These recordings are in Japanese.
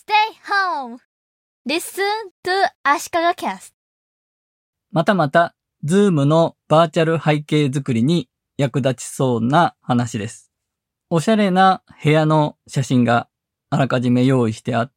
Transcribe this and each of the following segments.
Stay home! Listen to 足利キャスト。 またまた、Zoom のバーチャル背景作りに役立ちそうな話です。おしゃれな部屋の写真があらかじめ用意してあって、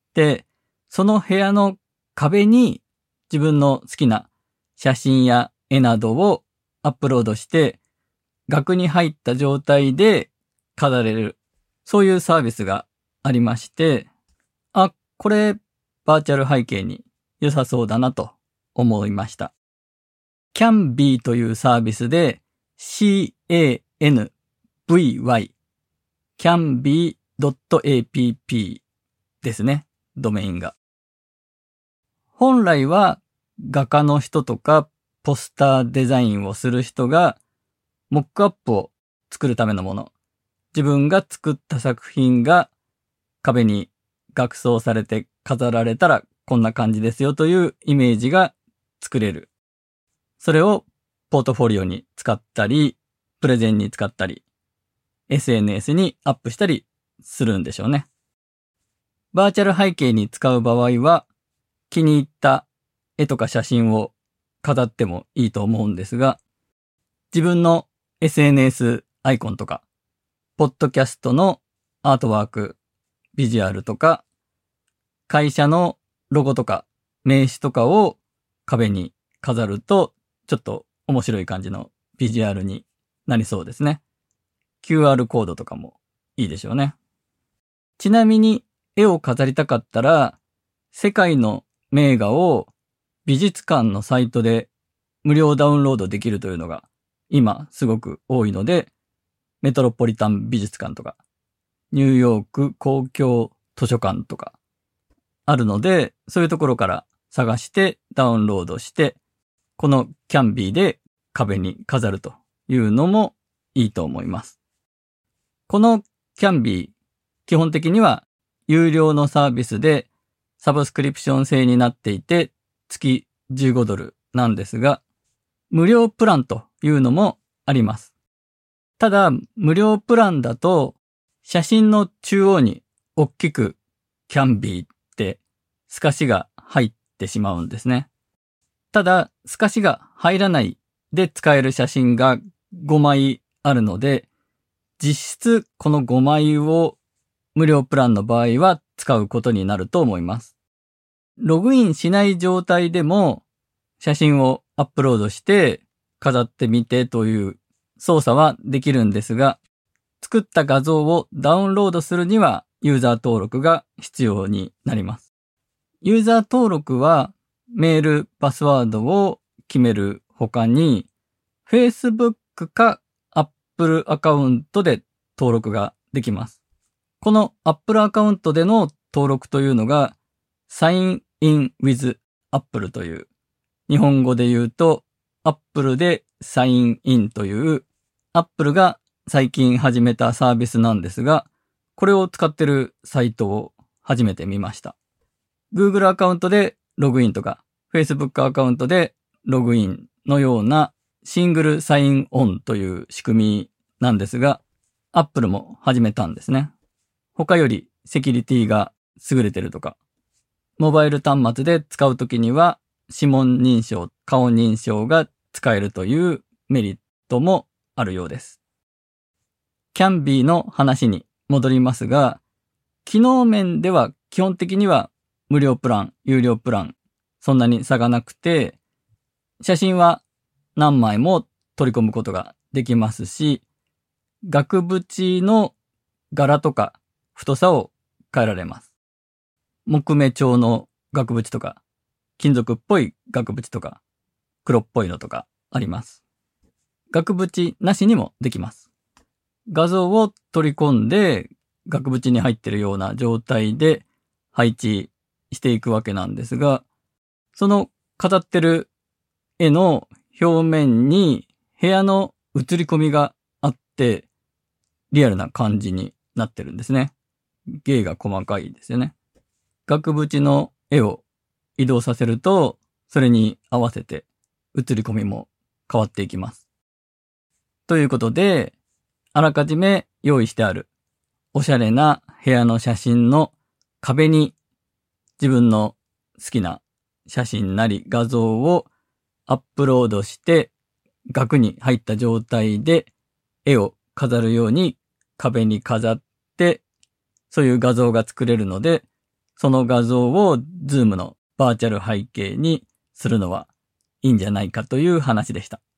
その部屋の壁に自分の好きな写真や絵などをアップロードして、額に入った状態で飾れる。そういうサービスがありまして、これバーチャル背景に良さそうだなと思いました。Canvy というサービスで CANVY canvy.app ですね。ドメインが。本来は画家の人とかポスターデザインをする人がモックアップを作るためのもの。自分が作った作品が壁に額装されて飾られたらこんな感じですよというイメージが作れる。それをポートフォリオに使ったり、プレゼンに使ったり、SNS にアップしたりするんでしょうね。バーチャル背景に使う場合は、気に入った絵とか写真を飾ってもいいと思うんですが、自分の SNS アイコンとか、ポッドキャストのアートワーク、ビジュアルとか、会社のロゴとか名刺とかを壁に飾ると、ちょっと面白い感じのビジュアルになりそうですね。QR コードとかもいいでしょうね。ちなみに絵を飾りたかったら、世界の名画を美術館のサイトで無料ダウンロードできるというのが今すごく多いので、メトロポリタン美術館とか、ニューヨーク公共図書館とかあるので、そういうところから探してダウンロードして、このCanvyで壁に飾るというのもいいと思います。このCanvy、基本的には有料のサービスでサブスクリプション制になっていて、月$15なんですが、無料プランというのもあります。ただ、無料プランだと、写真の中央に大きくCanvyって透かしが入ってしまうんですね。ただ、透かしが入らないで使える写真が5枚あるので、実質この5枚を無料プランの場合は使うことになると思います。ログインしない状態でも写真をアップロードして飾ってみてという操作はできるんですが、作った画像をダウンロードするにはユーザー登録が必要になります。ユーザー登録はメール、パスワードを決める他に Facebook か Apple アカウントで登録ができます。この Apple アカウントでの登録というのが Sign in with Apple という、日本語で言うと Apple で Sign in というApple が最近始めたサービスなんですが、これを使ってるサイトを初めて見ました。Google アカウントでログインとか Facebook アカウントでログインのようなシングルサインオンという仕組みなんですが、Apple も始めたんですね。他よりセキュリティが優れてるとか、モバイル端末で使うときには指紋認証、顔認証が使えるというメリットもあるようです。Canvy の話に戻りますが、機能面では基本的には無料プラン、有料プラン、そんなに差がなくて、写真は何枚も取り込むことができますし、額縁の柄とか太さを変えられます。木目調の額縁とか、金属っぽい額縁とか、黒っぽいのとかあります。額縁なしにもできます。画像を取り込んで額縁に入っているような状態で配置していくわけなんですが、その飾ってる絵の表面に部屋の映り込みがあって、リアルな感じになってるんですね。芸が細かいですよね。額縁の絵を移動させると、それに合わせて映り込みも変わっていきます。ということで、あらかじめ用意してあるおしゃれな部屋の写真の壁に自分の好きな写真なり画像をアップロードして額に入った状態で絵を飾るように壁に飾ってそういう画像が作れるので、その画像を Zoom のバーチャル背景にするのはいいんじゃないかという話でした。